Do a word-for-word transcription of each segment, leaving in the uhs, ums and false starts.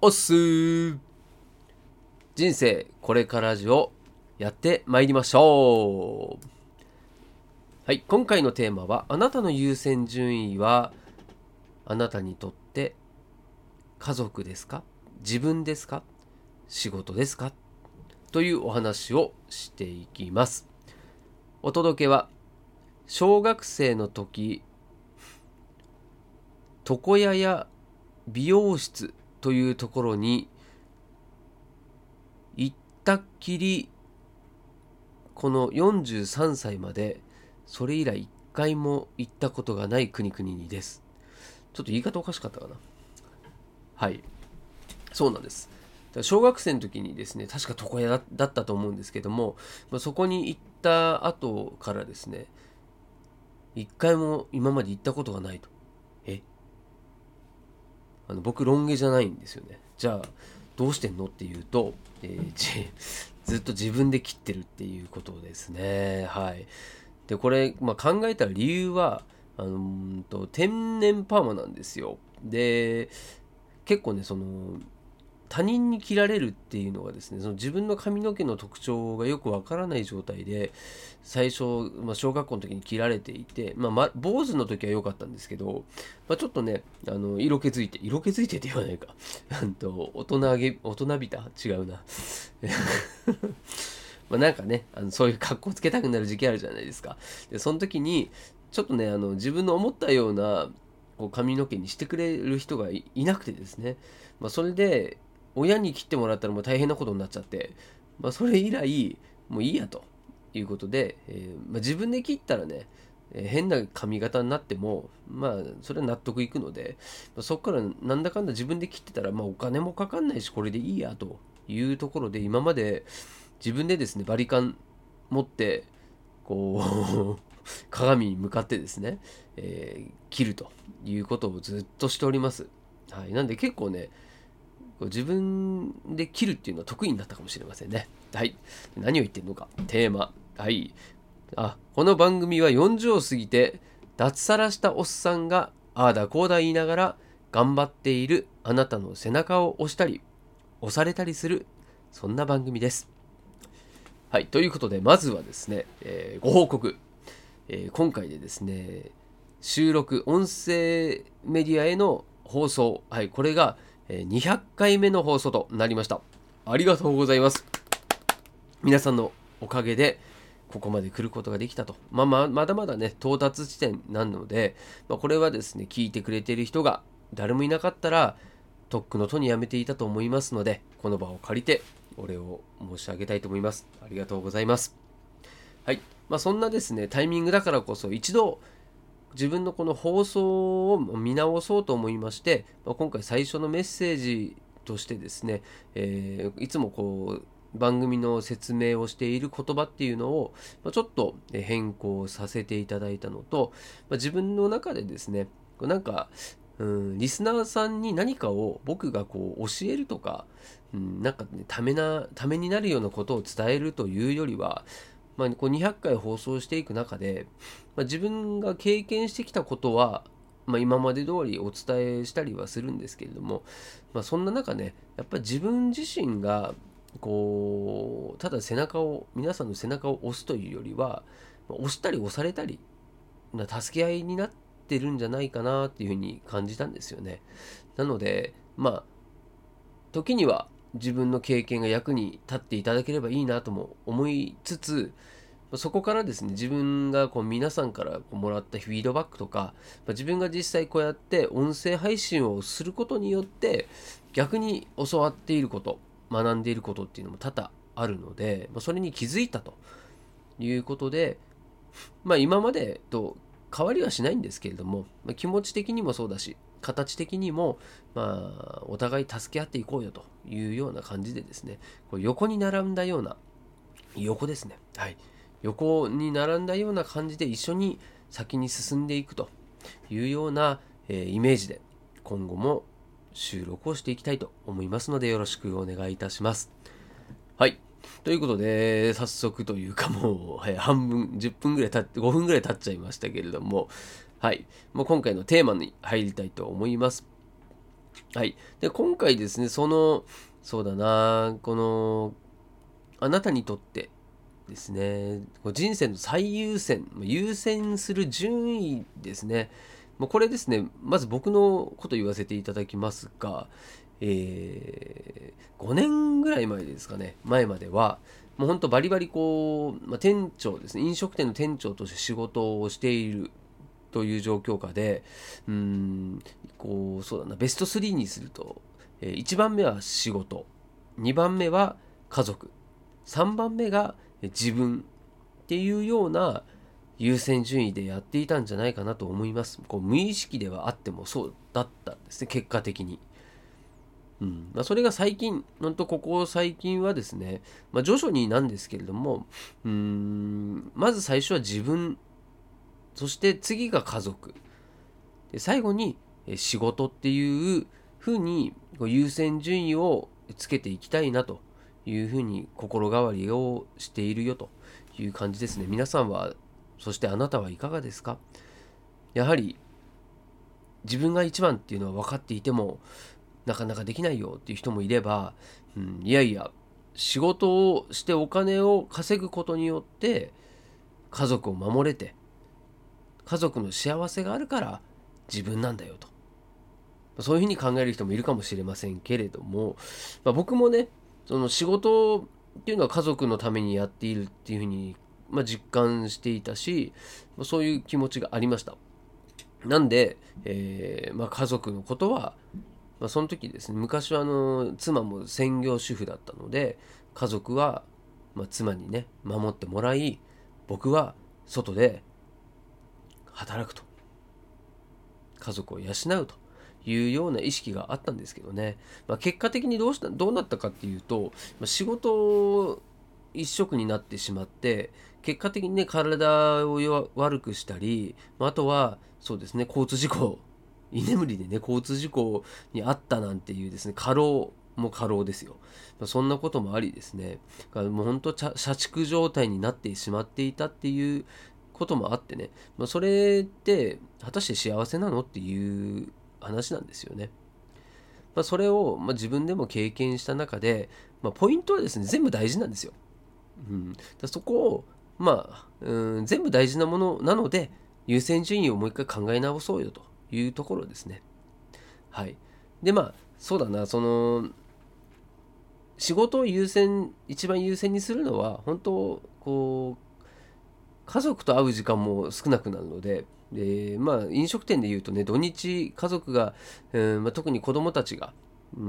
おっすー。人生これからじをやってまいりましょう。はい、今回のテーマは、あなたの優先順位はあなたにとって家族ですか、自分ですか、仕事ですかというお話をしていきます。お届けは、小学生の時、床屋や美容室というところに行ったっきり、このよんじゅうさんさいまでそれ以来一回も行ったことがない国々にです。ちょっと言い方おかしかったかな。はい、そうなんです。小学生の時にですね、確か床屋だったと思うんですけども、そこに行った後からですね、一回も今まで行ったことがないと。えあの僕ロン毛じゃないんですよね。じゃあどうしてんのっていうと、えー、ずっと自分で切ってるっていうことですね。はい。でこれ、まあ、考えたら理由はあのーと天然パーマなんですよ。で結構ね、その他人に切られるっていうのがですね、その自分の髪の毛の特徴がよくわからない状態で最初、まあ、小学校の時に切られていて、まあ、ま坊主の時は良かったんですけど、まあ、ちょっとね、あの色気づいて色気づいてって言わないかと大人げ大人びた違うなまあなんかね、あのそういう格好つけたくなる時期あるじゃないですか。でその時にちょっとね、あの自分の思ったようなこう髪の毛にしてくれる人が い, いなくてですね、まあ、それで親に切ってもらったらもう大変なことになっちゃって、まあ、それ以来もういいやということで、えーまあ、自分で切ったらね、えー変な髪型になってもまあそれは納得いくので、まあ、そこからなんだかんだ自分で切ってたら、まあ、お金もかかんないしこれでいいやというところで、今まで自分でですねバリカン持ってこう鏡に向かってですね、えー切るということをずっとしております。はい、なんで結構ね、こう自分で切るっていうのは得意になったかもしれませんね。はい、何を言ってるのか、テーマ。はい、あこの番組はよんじゅうを過ぎて脱サラしたおっさんがああだこうだ言いながら頑張っているあなたの背中を押したり押されたりする、そんな番組です。はい、ということでまずはですね、えーご報告、えー今回でですね、収録音声メディアへの放送、はい、これがえーにひゃっかいめの放送となりました。ありがとうございます。皆さんのおかげでここまで来ることができたと。まあ、まあまだまだね到達地点なので、まあ、これはですね聞いてくれている人が誰もいなかったらとっくのとにやめていたと思いますので、この場を借りてお礼を申し上げたいと思います。ありがとうございます。はい、まあ、そんなですねタイミングだからこそ一度自分のこの放送を見直そうと思いまして、まあ、今回最初のメッセージとしてですね、えーいつもこう番組の説明をしている言葉っていうのを、まあ、ちょっと変更させていただいたのと、まあ、自分の中でですねこうなんか、うん、リスナーさんに何かを僕がこう教えるとか、うん、なんかねためなためになるようなことを伝えるというよりは、まあ、こうにひゃっかい放送していく中で、まあ、自分が経験してきたことは、まあ、今まで通りお伝えしたりはするんですけれども、まあ、そんな中ねやっぱり自分自身がこうただ背中を皆さんの背中を押すというよりは、まあ押したり押されたりな助け合いになってるんじゃないかなっていうふうに感じたんですよね。なのでまあ時には自分の経験が役に立っていただければいいなとも思いつつ、そこからですね自分がこう皆さんからこうもらったフィードバックとか、自分が実際こうやって音声配信をすることによって逆に教わっていること、学んでいることっていうのも多々あるので、それに気づいたということで、まあ今までと変わりはしないんですけれども、気持ち的にもそうだし形的にも、まあ、お互い助け合っていこうよというような感じでですね、こう横に並んだような、横ですね。はい。横に並んだような感じで一緒に先に進んでいくというような、えーイメージで今後も収録をしていきたいと思いますので、よろしくお願いいたします。はい。ということで、早速というかもう、はい、半分、じゅっぷんぐらい経って、ごふんぐらい経っちゃいましたけれども、はい。もう今回のテーマに入りたいと思います。 はい。で、今回ですね、その、そうだな、この、あなたにとってですね、人生の最優先、優先する順位ですね。もうこれですね、まず僕のこと言わせていただきますが、えー、ごねんぐらい前ですかね、前までは、もうほんとバリバリこう、まあ、店長ですね、飲食店の店長として仕事をしているという状況下で、うーん、こう、そうだな、ベストスリーにすると、えーいちばんめは仕事、にばんめは家族、さんばんめが自分っていうような優先順位でやっていたんじゃないかなと思います。こう無意識ではあってもそうだったんですね、結果的に。うんまあ、それが最近、ほんとここ最近はですね、まあ、徐々になんですけれども、うーん、まず最初は自分、そして次が家族、で最後にえ仕事っていうふうにこう優先順位をつけていきたいなというふうに心変わりをしているよという感じですね。皆さんは、そしてあなたはいかがですか？やはり自分が一番っていうのは分かっていてもなかなかできないよっていう人もいれば、うん、いやいや、仕事をしてお金を稼ぐことによって家族を守れて、家族の幸せがあるから自分なんだよと。そういうふうに考える人もいるかもしれませんけれども、まあ、僕もね、その仕事っていうのは家族のためにやっているっていうふうに、まあ、実感していたし、そういう気持ちがありました。なんで、えーまあ、家族のことは、まあ、その時ですね、昔はあの妻も専業主婦だったので、家族は、まあ、妻にね、守ってもらい、僕は外で働くと。家族を養うというような意識があったんですけどね、まあ、結果的にどうしたどうなったかっていうと、まあ、仕事一色になってしまって、結果的にね体を弱悪くしたり、まああとはそうですね、交通事故、居眠りでね交通事故に遭ったなんていうですね、過労も過労ですよ。まあそんなこともありですね、だからもう本当社社畜状態になってしまっていたっていうこともあってね、まあ、それって果たして幸せなのっていう話なんですよね。まあ、それを、まあ、自分でも経験した中で、まあ、ポイントはですね、全部大事なんですよ。うん、だそこを、まあ、うん、全部大事なものなので、優先順位をもう一回考え直そうよというところですね。はい。で、まあ、そうだな、その、仕事を優先、一番優先にするのは、本当、こう、家族と会う時間も少なくなるので、でまあ、飲食店でいうとね、土日、家族が、うんまあ、特に子供たちが、うん、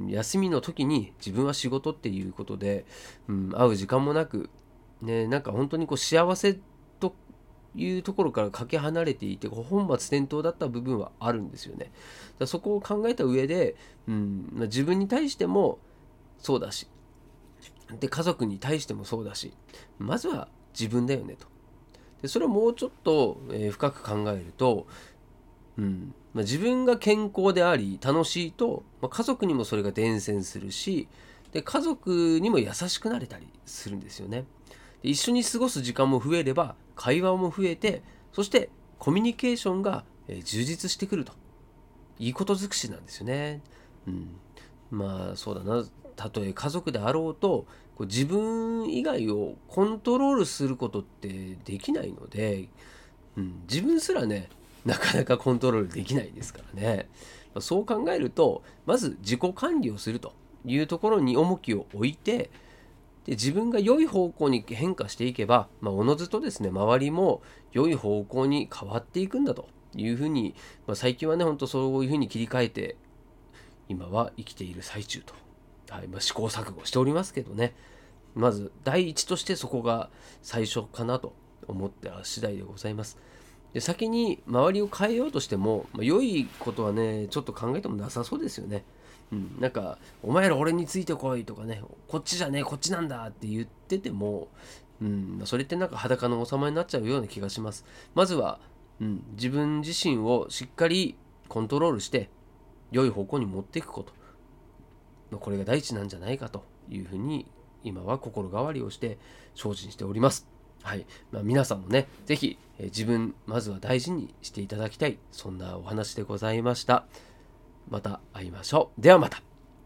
休みの時に自分は仕事っていうことで、うん、会う時間もなく、ね、なんか本当にこう幸せというところからかけ離れていて、こう本末転倒だった部分はあるんですよね。だからそこを考えた上で、うんまあ、自分に対してもそうだし、で家族に対してもそうだし、まずは自分だよねと。でそれをもうちょっと、えー深く考えると、うんまあ、自分が健康であり楽しいと、まあ、家族にもそれが伝染するし、で家族にも優しくなれたりするんですよね。で一緒に過ごす時間も増えれば会話も増えて、そしてコミュニケーションが、えー充実してくると、いいこと尽くしなんですよね。うん、まあそうだな、たとえ家族であろうと、こう自分以外をコントロールすることってできないので、うん、自分すらねなかなかコントロールできないですからね。まあそう考えると、まず自己管理をするというところに重きを置いて、で自分が良い方向に変化していけば、まあ、おのずとですね周りも良い方向に変わっていくんだというふうに、まあ、最近はね本当そういうふうに切り替えて今は生きている最中と、はいまあ、試行錯誤しておりますけどね、まず第一としてそこが最初かなと思った次第でございます。で先に周りを変えようとしても、まあ、良いことはねちょっと考えてもなさそうですよね。うん、なんかお前ら俺についてこいとかね、こっちじゃねえこっちなんだって言ってても、うん、それってなんか裸の王様になっちゃうような気がします。まずは、うん、自分自身をしっかりコントロールして良い方向に持っていくこと、まあこれが第一なんじゃないかというふうに今は心変わりをして精進しております。はい、まあ、皆さんもねぜひ、えー自分まずは大事にしていただきたい、そんなお話でございました。 また会いましょう。ではまた。